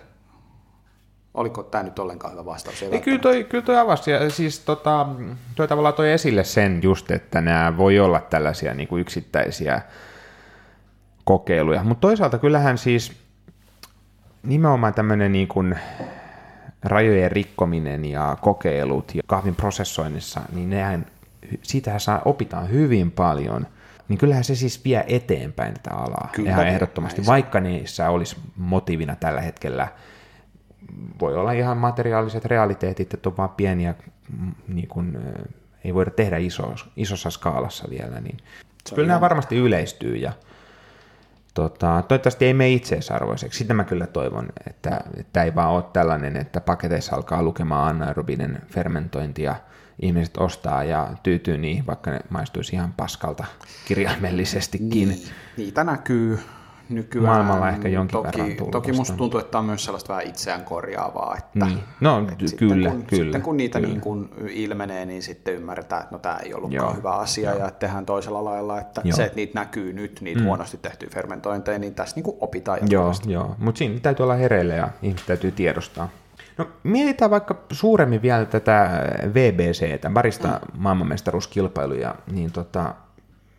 [SPEAKER 2] Oliko tämä nyt ollenkaan hyvä vastaus?
[SPEAKER 1] Kyllä toi avasi. Ja siis toi tavallaan toi esille sen just, että nämä voi olla tällaisia niin kuin yksittäisiä kokeiluja. Mutta toisaalta kyllähän siis nimenomaan tämmöinen niin kuin rajojen rikkominen ja kokeilut ja kahvin prosessoinnissa, niin siitähän opitaan hyvin paljon. Niin kyllähän se siis vie eteenpäin tätä alaa ihan ehdottomasti, vaikka niissä olisi motiivina tällä hetkellä. Voi olla ihan materiaaliset realiteetit, että on vaan pieniä, niin kuin, ei voida tehdä isossa skaalassa vielä. Niin kyllä nämä varmasti yleistyy ja toivottavasti ei mene itseisarvoiseksi. Sitä mä kyllä toivon, että ei vaan ole tällainen, että paketeissa alkaa lukemaan anaerobinen fermentointi ja ihmiset ostaa ja tyytyy niihin, vaikka ne maistuisi ihan paskalta kirjaimellisestikin.
[SPEAKER 2] Niitä näkyy nykyään.
[SPEAKER 1] Maailmalla ehkä jonkin verran tullut.
[SPEAKER 2] Toki musta tuntuu, että tämä on myös sellaista vähän itseään korjaavaa. Että,
[SPEAKER 1] No kyllä.
[SPEAKER 2] Sitten kun niitä niin kun ilmenee, niin sitten ymmärretään, että no tämä ei ollutkaan hyvä asia ja tehdään toisella lailla. Että se, että niitä näkyy nyt, niitä huonosti tehtyjä fermentointeja, niin tässä niin kuin opitaan jatkuvasti.
[SPEAKER 1] Joo, mutta siinä täytyy olla hereillä ja ihmiset täytyy tiedostaa. No mietitään vaikka suuremmin vielä tätä VBC:tä, barista maailmanmestaruuskilpailuja, niin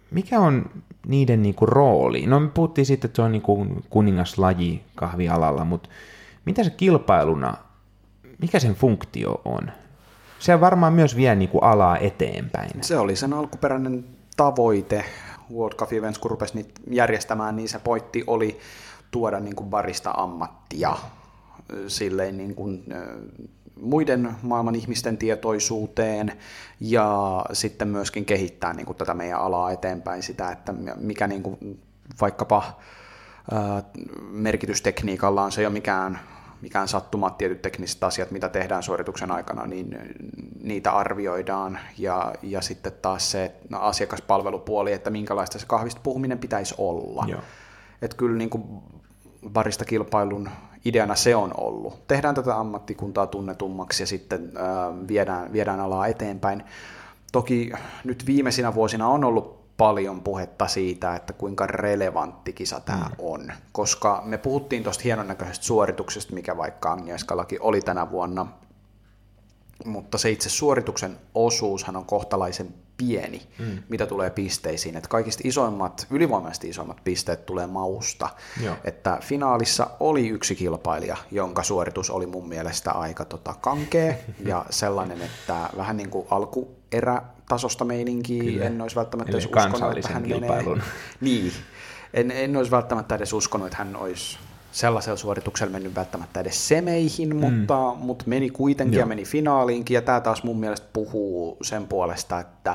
[SPEAKER 1] mikä on niiden niinku rooli? No me puhuttiin siitä, että se on niinku kuningaslaji kahvialalla, mutta mitä se kilpailuna, mikä sen funktio on? Se varmaan myös vie niinku alaa eteenpäin.
[SPEAKER 2] Se oli sen alkuperäinen tavoite. World Coffee Events, kun rupesi niitä järjestämään, niin se pointti oli tuoda niin kuin barista-ammattia silleen niin kuin muiden maailman ihmisten tietoisuuteen ja sitten myöskin kehittää niin kuin tätä meidän alaa eteenpäin sitä, että mikä niin kuin vaikkapa merkitystekniikalla on, se ei ole mikään sattuma, tietyt tekniset asiat, mitä tehdään suorituksen aikana, niin niitä arvioidaan ja sitten taas se asiakaspalvelupuoli, että minkälaista se kahvista puhuminen pitäisi olla. Että kyllä niin kuin baristakilpailun ideana se on ollut. Tehdään tätä ammattikuntaa tunnetummaksi ja sitten viedään alaa eteenpäin. Toki nyt viimeisinä vuosina on ollut paljon puhetta siitä, että kuinka relevantti kisa tämä on, koska me puhuttiin tuosta hienonnäköisestä suorituksesta, mikä vaikka Agnieszkallakin oli tänä vuonna, mutta se itse suorituksen osuushan on kohtalaisen pieni, mitä tulee pisteisiin, että kaikista ylivoimaisesti isoimmat pisteet tulee mausta, että finaalissa oli yksi kilpailija, jonka suoritus oli mun mielestä aika kankea ja sellainen, että vähän niin kuin alkuerätasosta meininkiä.
[SPEAKER 1] Kyllä.
[SPEAKER 2] En olisi välttämättä edes uskonut, että hän menee. Niin, en olisi välttämättä edes uskonut, että hän olisi sellaisella suorituksella mennyt välttämättä edes semeihin, mutta meni kuitenkin ja meni finaaliinkin, ja tämä taas mun mielestä puhuu sen puolesta, että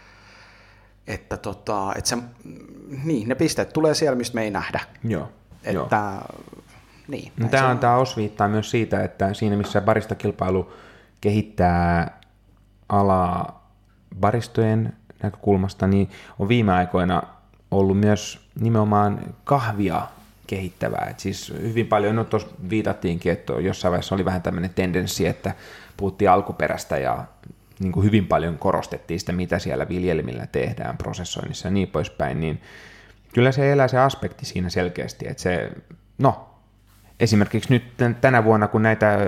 [SPEAKER 2] se, niin, ne pisteet tulee siellä, mistä me ei nähdä. Niin,
[SPEAKER 1] tämä osviittaa myös siitä, että siinä missä baristakilpailu kehittää alaa baristojen näkökulmasta, niin on viime aikoina ollut myös nimenomaan kahvia kehittävää. Et siis hyvin paljon, no tuossa viitattiinkin, että jossain vaiheessa oli vähän tämmöinen tendenssi, että puhuttiin alkuperästä ja niin kuin hyvin paljon korostettiin sitä, mitä siellä viljelmillä tehdään, prosessoinnissa ja niin poispäin, niin kyllä se elää se aspekti siinä selkeästi, että se, esimerkiksi nyt tänä vuonna, kun näitä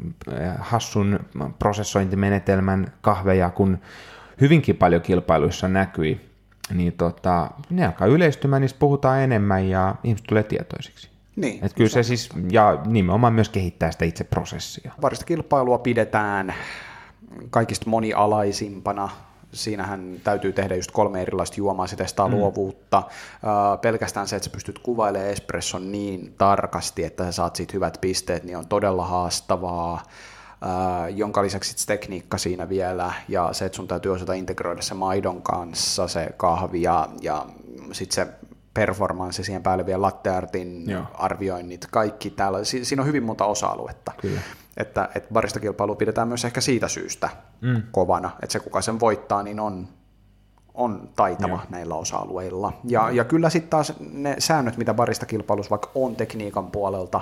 [SPEAKER 1] hassun prosessointimenetelmän kahveja, kun hyvinkin paljon kilpailuissa näkyi, niin ne alkaa yleistymään, niistä puhutaan enemmän ja ihmiset tulee tietoisiksi.
[SPEAKER 2] Niin,
[SPEAKER 1] että kyllä se siis, ja nimenomaan myös kehittää sitä itse prosessia.
[SPEAKER 2] Baristakilpailua pidetään kaikista monialaisimpana. Siinähän täytyy tehdä just 3 erilaista juomaa, se testaa luovuutta. Pelkästään se, että sä pystyt kuvailemaan espresson niin tarkasti, että sä saat siitä hyvät pisteet, niin on todella haastavaa. Jonka lisäksi tekniikka siinä vielä, ja se, että sun täytyy osata integroida se maidon kanssa, se kahvi, ja sitten se performanssi siihen päälle vielä latte artin arvioinnit, kaikki täällä. Siinä on hyvin monta osa-aluetta. Kyllä. Että baristakilpailu pidetään myös ehkä siitä syystä kovana, että se kuka sen voittaa, niin on taitava näillä osa-alueilla. Ja kyllä sitten taas ne säännöt, mitä baristakilpailussa vaikka on tekniikan puolelta,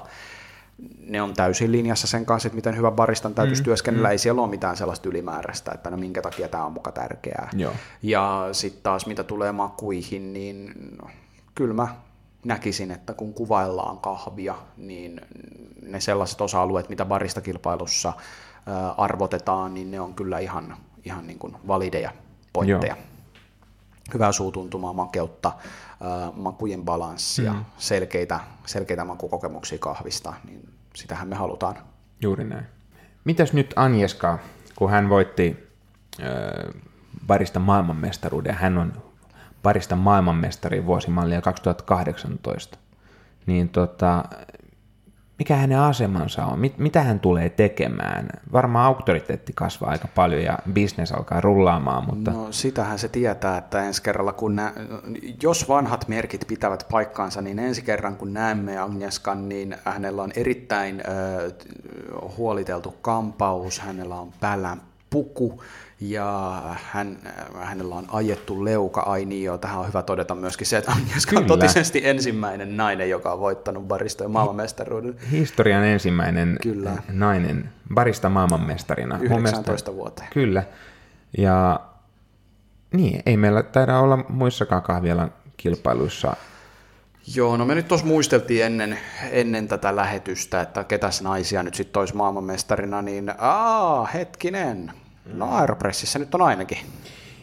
[SPEAKER 2] ne on täysin linjassa sen kanssa, että miten hyvä baristan täytyisi työskennellä. Ei siellä ole mitään sellaista ylimääräistä, että minkä takia tämä on muka tärkeää. Ja sitten taas mitä tulee makuihin, niin kyllä mä näkisin, että kun kuvaillaan kahvia, niin ne sellaiset osa-alueet, mitä baristakilpailussa arvotetaan, niin ne on kyllä ihan niin kuin valideja pointteja. Hyvää suutuntumaa, makeutta, makujen balanssia, selkeitä makukokemuksia kahvista, niin sitähän me halutaan.
[SPEAKER 1] Juuri näin. Mitäs nyt Agnieszka, kun hän voitti baristan maailmanmestaruuden, hän on baristan maailmanmestari vuosimallia 2018, niin mikä hänen asemansa on? Mitä hän tulee tekemään? Varmaan auktoriteetti kasvaa aika paljon ja business alkaa rullaamaan, mutta...
[SPEAKER 2] No sitähän se tietää, että ensi kerralla jos vanhat merkit pitävät paikkaansa, niin ensi kerran kun näemme Agnieszkan, niin hänellä on erittäin huoliteltu kampaus, hänellä on päällään puku ja hänellä on ajettu leuka. Ai niin joo, tähän on hyvä todeta myöskin se, että Agnieszka on totisesti ensimmäinen nainen, joka on voittanut baristojen maailmanmestaruuden.
[SPEAKER 1] Historian ensimmäinen nainen barista maailmanmestarina.
[SPEAKER 2] 19 vuoteen.
[SPEAKER 1] Kyllä. Ja niin, ei meillä taida olla muissakaan kahvialan kilpailuissa.
[SPEAKER 2] Joo, no me nyt tuossa muisteltiin ennen tätä lähetystä, että ketäs naisia nyt sitten olisi maailmanmestarina, niin hetkinen, no Aeropressissä nyt on ainakin.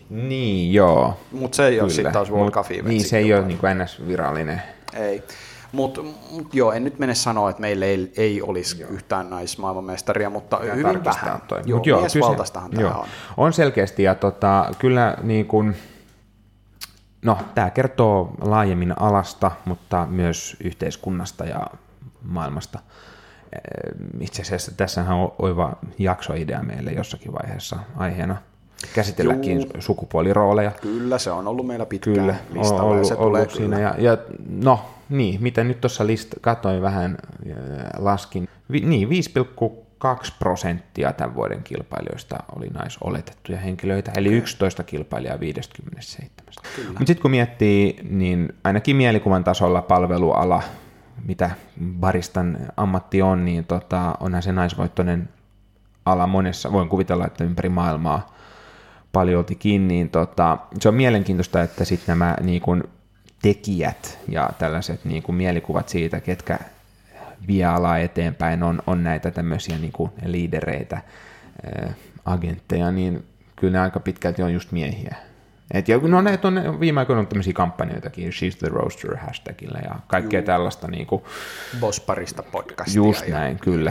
[SPEAKER 1] Niin, joo.
[SPEAKER 2] Mutta se ei ole sitten taas World Coffee Event.
[SPEAKER 1] Niin, se ei ole niin kuin NS-virallinen.
[SPEAKER 2] Ei. Mutta joo, en nyt mene sanoa, että meillä ei olisi yhtään naismaailmanmestaria, mutta hyvin vähän. Joo, miesvaltaistahan tämä on.
[SPEAKER 1] On selkeästi, ja kyllä niin kuin, no, tämä kertoo laajemmin alasta, mutta myös yhteiskunnasta ja maailmasta. Itse asiassa tässähän on oiva jaksoidea meille jossakin vaiheessa aiheena. Käsitelläkin sukupuolirooleja. Kyllä,
[SPEAKER 2] se on ollut meillä pitkään listalla ja se tulee
[SPEAKER 1] siinä. Ja no, niin, mitä nyt tuossa katsoin vähän, laskin, niin 5,2% tämän vuoden kilpailijoista oli naisoletettuja henkilöitä, eli 11 kilpailijaa 57. Mutta sitten kun miettii, niin ainakin mielikuvan tasolla palveluala, mitä baristan ammatti on, niin onhan se naisvoittoinen ala monessa, voin kuvitella, että ympäri maailmaa paljoltikin, niin se on mielenkiintoista, että sitten nämä niin kuin tekijät ja tällaiset niin kuin mielikuvat siitä, ketkä vie alaa eteenpäin, on näitä tämmöisiä niin kuin liidereitä, agentteja, niin kyllä ne aika pitkälti on just miehiä. No näitä on viime aikoina tämmöisiä kampanjoitakin, She's the Roaster hashtagillä ja kaikkea tällaista. Niin kuin,
[SPEAKER 2] Bossparista podcastia.
[SPEAKER 1] Just näin, kyllä.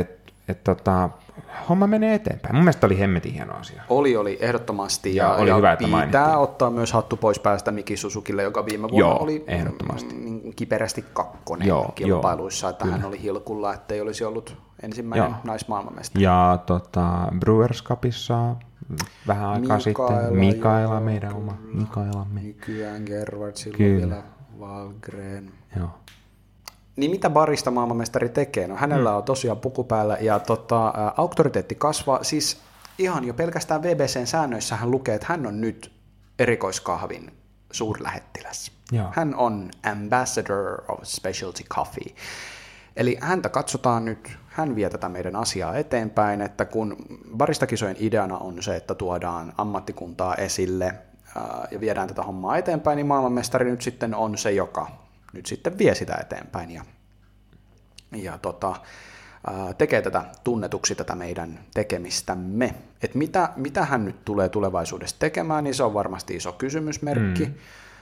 [SPEAKER 1] Homma menee eteenpäin. Mun mielestä oli hemmetin hieno asia.
[SPEAKER 2] Oli ehdottomasti. Ja
[SPEAKER 1] oli hyvä, että
[SPEAKER 2] pitää
[SPEAKER 1] mainittiin.
[SPEAKER 2] Ottaa myös hattu pois päästä Miki Susukille, joka viime vuonna oli
[SPEAKER 1] ehdottomasti
[SPEAKER 2] kiperästi kakkonen kilpailuissa. Että hän oli hilkulla, ettei olisi ollut ensimmäinen naismaailmanmestari.
[SPEAKER 1] Ja Brewers Cupissa vähän aikaa sitten Mikaela, meidän oma Mikaelamme.
[SPEAKER 2] Nykyään Gervard, silloin vielä Wahlgren. Joo. Niin mitä barista maailmanmestari tekee? No hänellä on tosiaan puku päällä ja auktoriteetti kasvaa. Siis ihan jo pelkästään VBCn säännöissä hän lukee, että hän on nyt erikoiskahvin suurlähettiläs. Joo. Hän on Ambassador of Specialty Coffee. Eli häntä katsotaan nyt, hän vie tätä meidän asiaa eteenpäin, että kun baristakisojen ideana on se, että tuodaan ammattikuntaa esille ja viedään tätä hommaa eteenpäin, niin maailmanmestari nyt sitten on se, joka nyt sitten vie sitä eteenpäin ja tekee tätä tunnetuksi tätä meidän tekemistämme. Et mitä hän nyt tulee tulevaisuudessa tekemään, niin se on varmasti iso kysymysmerkki.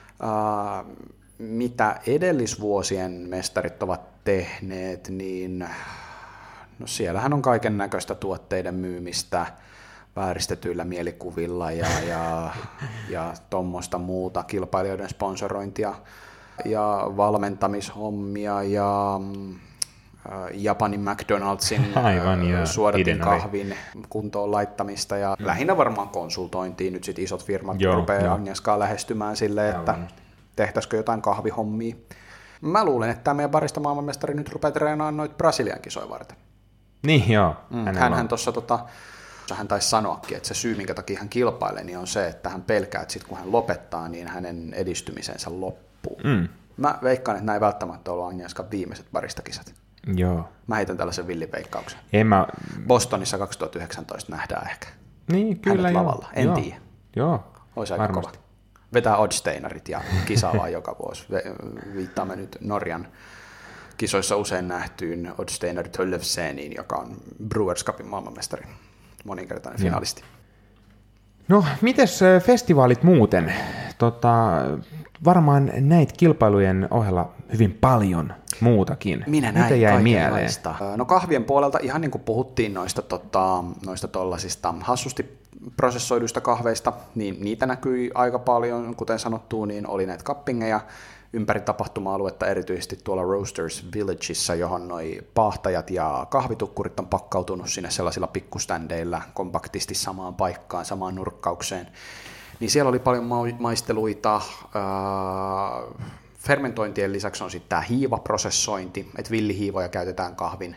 [SPEAKER 2] Mitä edellisvuosien mestarit ovat tehneet, niin no siellähän on kaiken näköistä tuotteiden myymistä vääristetyillä mielikuvilla ja tuommoista muuta kilpailijoiden sponsorointia ja valmentamishommia ja Japanin McDonald'sin suodatin kahvin kuntoon laittamista ja lähinnä varmaan konsultointiin. Nyt sitten isot firmat rupeaa Agnieszkaa lähestymään silleen, että tehtäisikö jotain kahvihommia. Mä luulen, että tämä meidän barista maailmanmestari nyt rupeaa treenaamaan noita Brasilian kisoja varten.
[SPEAKER 1] Niin joo.
[SPEAKER 2] Hänhän tuossa hän taisi sanoakin, että se syy, minkä takia hän kilpailee, niin on se, että hän pelkää, että sitten kun hän lopettaa, niin hänen edistymisensä loppuu. Mä veikkaan, että nämä ei välttämättä ollut Agnieszkan viimeiset baristakisat.
[SPEAKER 1] Joo.
[SPEAKER 2] Mä heitän tällaisen villiveikkauksen. Bostonissa 2019 nähdään ehkä.
[SPEAKER 1] Niin, kyllä
[SPEAKER 2] hänet lavalla. En tiedä.
[SPEAKER 1] Joo,
[SPEAKER 2] olisi aika kova. Vetää Oddsteinarit ja kisaa vaan joka vuosi. Viittaamme nyt Norjan kisoissa usein nähtyyn Oddsteinar Tollefseniin, joka on Brewers Cupin maailmanmestari, moninkertainen finalisti.
[SPEAKER 1] No, mites festivaalit muuten? Varmaan näitä kilpailujen ohella hyvin paljon muutakin.
[SPEAKER 2] Minä näin. Mitä jäi mieleen? No kahvien puolelta, ihan niin kuin puhuttiin noista tollasista hassusti prosessoiduista kahveista, niin niitä näkyi aika paljon. Kuten sanottu, niin oli näitä kappingeja ympäri tapahtuma-aluetta, erityisesti tuolla Roasters Villageissa, johon noi paahtajat ja kahvitukkurit on pakkautunut sinne sellaisilla pikkuständeillä kompaktisti samaan paikkaan, samaan nurkkaukseen. Niin siellä oli paljon maisteluita. Fermentointien lisäksi on sitten tämä hiivaprosessointi, että villihiivoja käytetään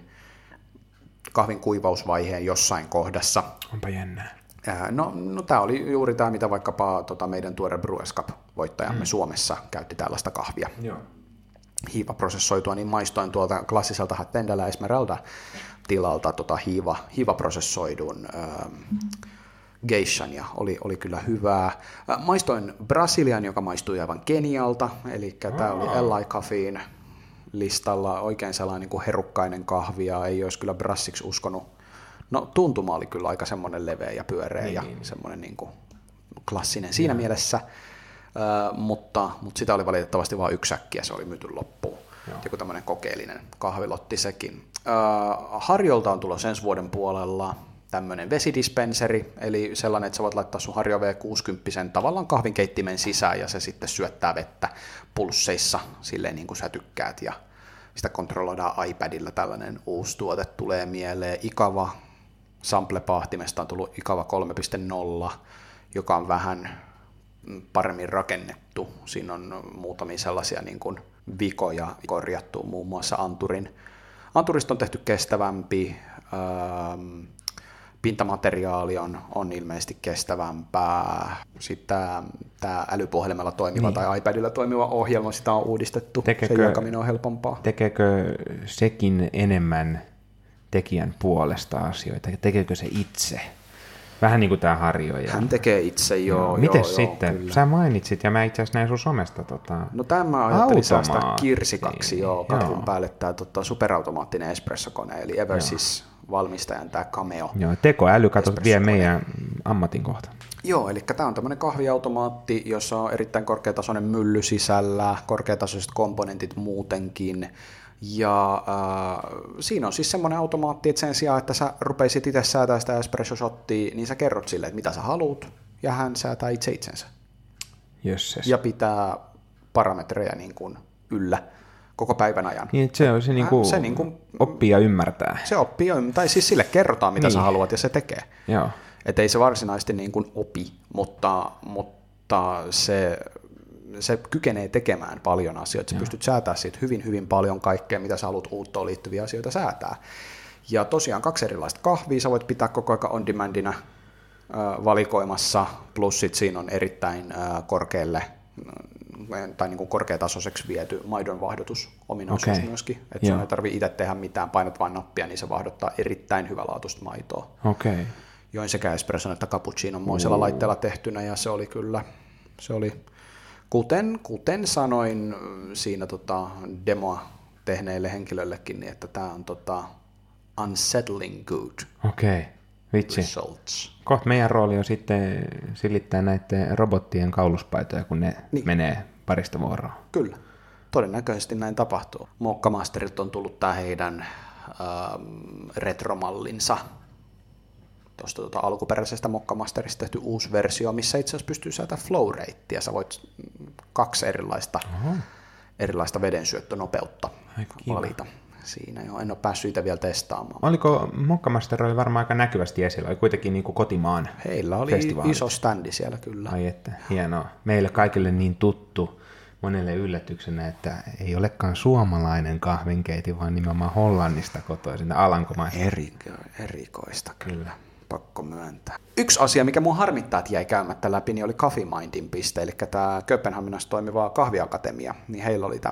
[SPEAKER 2] kahvin kuivausvaiheen jossain kohdassa.
[SPEAKER 1] Onpa jännää.
[SPEAKER 2] No tämä oli juuri tämä, mitä vaikkapa meidän tuore Brewers Cup-voittajamme Suomessa käytti tällaista kahvia. Joo. Hiivaprosessoitua, niin maistoin tuolta klassiselta Hattendala Esmeralda-tilalta hiivaprosessoidun geishan, ja oli kyllä hyvää. Maistoin Brasilian, joka maistui aivan Kenialta, eli tämä oli LI Coffeen listalla oikein sellainen niin kuin herukkainen kahvi, ja ei olisi kyllä brassiksi uskonut. No tuntuma oli kyllä aika semmoinen leveä ja pyöreä ja semmoinen niin kuin klassinen siinä mielessä, mutta sitä oli valitettavasti vain yksi säkki ja se oli myyty loppuun. Joku tämmöinen kokeellinen kahvilotti sekin. Harjolta on tulossa ensi vuoden puolella tämmöinen vesidispenseri, eli sellainen, että sä voit laittaa sun Harjo V60 tavallaan kahvinkeittimen sisään ja se sitten syöttää vettä pulsseissa silleen niin kuin sä tykkäät ja sitä kontrolloidaan iPadilla. Tällainen uusi tuote tulee mieleen. Ikava Sample-pahtimesta on tullut Ikava 3.0, joka on vähän paremmin rakennettu. Siinä on muutamia sellaisia niin kuin vikoja korjattu, muun muassa anturista on tehty kestävämpi, pintamateriaali on ilmeisesti kestävämpää, sitten tämä älypuhelimella toimiva tai iPadilla toimiva ohjelma, sitä on uudistettu, sen jakaminen on helpompaa.
[SPEAKER 1] Tekeekö sekin enemmän tekijän puolesta asioita, tekeekö se itse? Vähän niin kuin tämä Harjo.
[SPEAKER 2] Hän tekee itse, joo.
[SPEAKER 1] Mites sitten? Kyllä. Sä mainitsit, ja mä itse asiassa näin sun somesta.
[SPEAKER 2] No tämä ajattelin säästää kirsikaksi, katkun päälle tämä superautomaattinen espressokone, eli Eversys valmistajan tämä Cameo.
[SPEAKER 1] Joo, tekoäly, kato, vie meidän ammatin kohta.
[SPEAKER 2] Joo, eli tämä on tämmöinen kahviautomaatti, jossa on erittäin korkeatasoinen mylly sisällä, korkeatasoiset komponentit muutenkin. Ja siinä on siis semmoinen automaatti, että sen sijaan, että sä rupeisit itse säätää sitä espresso-shottia, niin sä kerrot sille, että mitä sä haluut, ja hän säätää itse itsensä.
[SPEAKER 1] Jösses.
[SPEAKER 2] Ja pitää parametreja niin kuin yllä koko päivän ajan.
[SPEAKER 1] Niin, se niin kuin oppii ja ymmärtää.
[SPEAKER 2] Se oppii ja ymmärtää, tai siis sille kerrotaan, mitä sä haluat, ja se tekee.
[SPEAKER 1] Joo.
[SPEAKER 2] Että ei se varsinaisesti niin kuin opi, mutta se kykenee tekemään paljon asioita. Sä pystyt säätämään siitä hyvin, hyvin paljon kaikkea, mitä sä haluat uuttoon liittyviä asioita säätää. Ja tosiaan 2 erilaista kahvia sä voit pitää koko ajan on demandina valikoimassa, plus sit siinä on erittäin korkealle tai niin kuin korkeatasoiseksi viety maidonvaihdotusominaisuus myöskin. Että sun ei tarvitse itse tehdä mitään, painat vain nappia, niin se vauhdottaa erittäin hyvälaatuista maitoa.
[SPEAKER 1] Okay.
[SPEAKER 2] Join sekä espresson että cappuccinon moisella laitteella tehtynä, ja se oli kyllä, kuten sanoin siinä demoa tehneille henkilöllekin, niin että tämä on unsettling good.
[SPEAKER 1] Okei, vitsi.
[SPEAKER 2] Results.
[SPEAKER 1] Kohta meidän rooli on sitten silittää näiden robottien kauluspaitoja, kun ne menee parista vuoroa.
[SPEAKER 2] Kyllä, todennäköisesti näin tapahtuu. Mokkamasterit on tullut tämä heidän retromallinsa. Tuosta alkuperäisestä Mokkamasterista tehty uusi versio, missä itse asiassa pystyy säätämään flow ratea. Sä voit 2 erilaista vedensyöttönopeutta valita siinä. Jo. En ole päässyt itse vielä testaamaan.
[SPEAKER 1] Oliko Mokkamaster oli varmaan aika näkyvästi esillä, oli kuitenkin niin kuin kotimaan
[SPEAKER 2] heillä oli iso standi siellä kyllä.
[SPEAKER 1] Ai että, hienoa. Meille kaikille niin tuttu, monelle yllätyksenä, että ei olekaan suomalainen kahvinkeiti, vaan nimenomaan Hollannista kotoisin, Alankomaista.
[SPEAKER 2] Erikoista kyllä. Pakko myöntää. Yksi asia, mikä mun harmittaa, että jäi käymättä läpi, niin oli Coffee Mindin piste, eli tämä Kööpenhaminassa toimiva kahviakatemia, niin heillä oli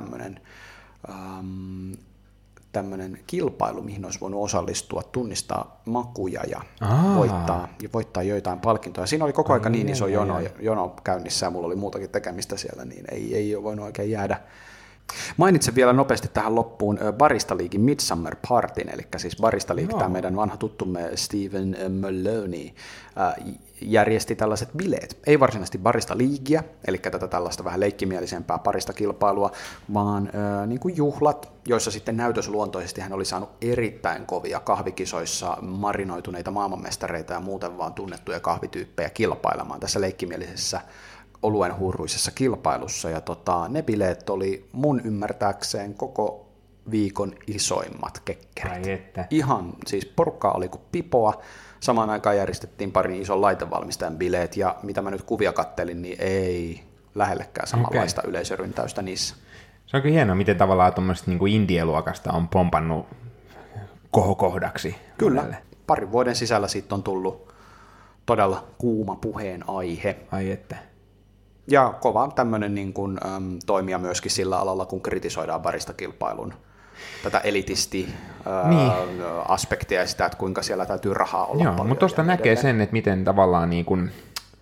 [SPEAKER 2] tämmöinen kilpailu, mihin olisi voinut osallistua, tunnistaa makuja ja voittaa joitain palkintoja. Siinä oli koko ajan niin iso jono käynnissä, ja mulla oli muutakin tekemistä siellä, niin ei ole voinut oikein jäädä. Mainitsen vielä nopeasti tähän loppuun Barista Leaguein Midsummer Partyn, eli siis Barista League, tämä meidän vanha tuttumme Stephen Maloney, järjesti tällaiset bileet. Ei varsinaisesti Barista Leaguea, eli tätä tällaista vähän leikkimielisempää parista kilpailua, vaan niin kuin juhlat, joissa sitten näytösluontoisesti hän oli saanut erittäin kovia kahvikisoissa marinoituneita maailmanmestareita ja muuten vaan tunnettuja kahvityyppejä kilpailemaan tässä leikkimielisessä oluen huuruisessa kilpailussa, ja ne bileet oli mun ymmärtääkseen koko viikon isoimmat kekkerit. Ihan siis porukkaa oli kuin pipoa, samaan aikaan järjestettiin parin ison laitevalmistajan bileet, ja mitä mä nyt kuvia kattelin, niin ei lähellekään samanlaista yleisöryntäystä niissä.
[SPEAKER 1] Se on kyllä hienoa, miten tavallaan tuommoista niin indie-luokasta on pompannut kohokohdaksi.
[SPEAKER 2] Kyllä, parin vuoden sisällä siitä on tullut todella kuuma puheenaihe.
[SPEAKER 1] Ai että.
[SPEAKER 2] Ja kova tämmöinen niin kuin, toimia myöskin sillä alalla, kun kritisoidaan baristakilpailun tätä elitisti-aspektia ja sitä, että kuinka siellä täytyy rahaa olla paljon.
[SPEAKER 1] Mutta tuosta näkee sen, että miten tavallaan niin kuin,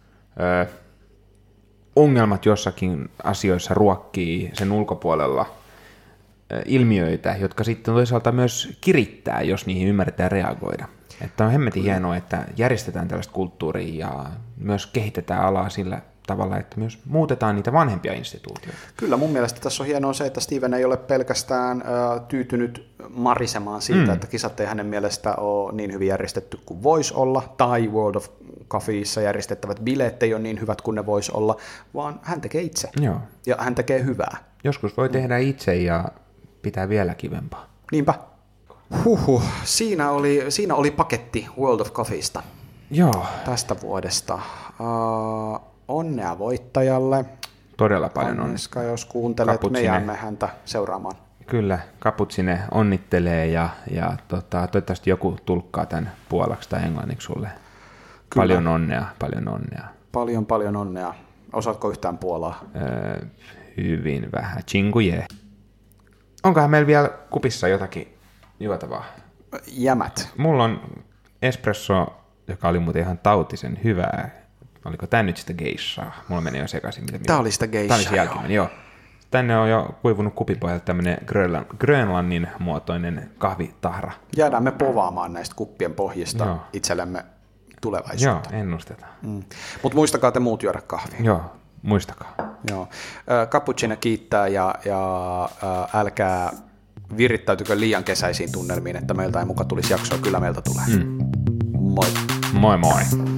[SPEAKER 1] ongelmat jossakin asioissa ruokkii sen ulkopuolella ilmiöitä, jotka sitten toisaalta myös kirittää, jos niihin ymmärretään reagoida. Että on hemmetin hienoa, että järjestetään tällaista kulttuuria ja myös kehitetään alaa sillä tavalla, että myös muutetaan niitä vanhempia instituutioita.
[SPEAKER 2] Kyllä, mun mielestä tässä on hienoa se, että Steven ei ole pelkästään tyytynyt marisemaan siitä, että kisat ei hänen mielestä ole niin hyvin järjestetty kuin voisi olla, tai World of Coffeeissa järjestettävät bileet ei ole niin hyvät kuin ne voisi olla, vaan hän tekee itse.
[SPEAKER 1] Joo.
[SPEAKER 2] Ja hän tekee hyvää.
[SPEAKER 1] Joskus voi tehdä itse ja pitää vielä kivempaa.
[SPEAKER 2] Niinpä. Siinä oli paketti World of Coffeesta.
[SPEAKER 1] Joo.
[SPEAKER 2] Tästä vuodesta. Onnea voittajalle.
[SPEAKER 1] Todella paljon
[SPEAKER 2] Anniska, jos kuuntelet,
[SPEAKER 1] Kaputsine.
[SPEAKER 2] me jäämme häntä seuraamaan.
[SPEAKER 1] Kyllä, Kaputsine onnittelee ja toivottavasti joku tulkkaa tämän puolaksi tai englanniksi sulle.
[SPEAKER 2] Kyllä.
[SPEAKER 1] Paljon onnea, paljon onnea.
[SPEAKER 2] Paljon onnea. Osaatko yhtään puolaa?
[SPEAKER 1] Hyvin vähän. Chinguye. Onkohan meillä vielä kupissa jotakin juotavaa?
[SPEAKER 2] Jämät.
[SPEAKER 1] Mulla on espresso, joka oli muuten ihan tautisen hyvää. Oliko tämä nyt sitä geishaa? Mulla meni jo sekaisin.
[SPEAKER 2] Tämä oli sitä geishaa,
[SPEAKER 1] Tämä oli se jälkimmäinen, joo. Tänne on jo kuivunut kupipohjalta tämmöinen Grönlannin muotoinen kahvitahra.
[SPEAKER 2] Jäädään me povaamaan näistä kuppien pohjista itsellemme tulevaisuutta.
[SPEAKER 1] Joo, ennustetaan.
[SPEAKER 2] Mutta muistakaa te muut juoda kahvia.
[SPEAKER 1] Joo, muistakaa.
[SPEAKER 2] Joo. Cappuccino kiittää ja älkää virittäytykö liian kesäisiin tunnelmiin, että meiltä ei muka tulisi jaksoa. Kyllä meiltä tulee.
[SPEAKER 1] Mm.
[SPEAKER 2] Moi.
[SPEAKER 1] Moi moi.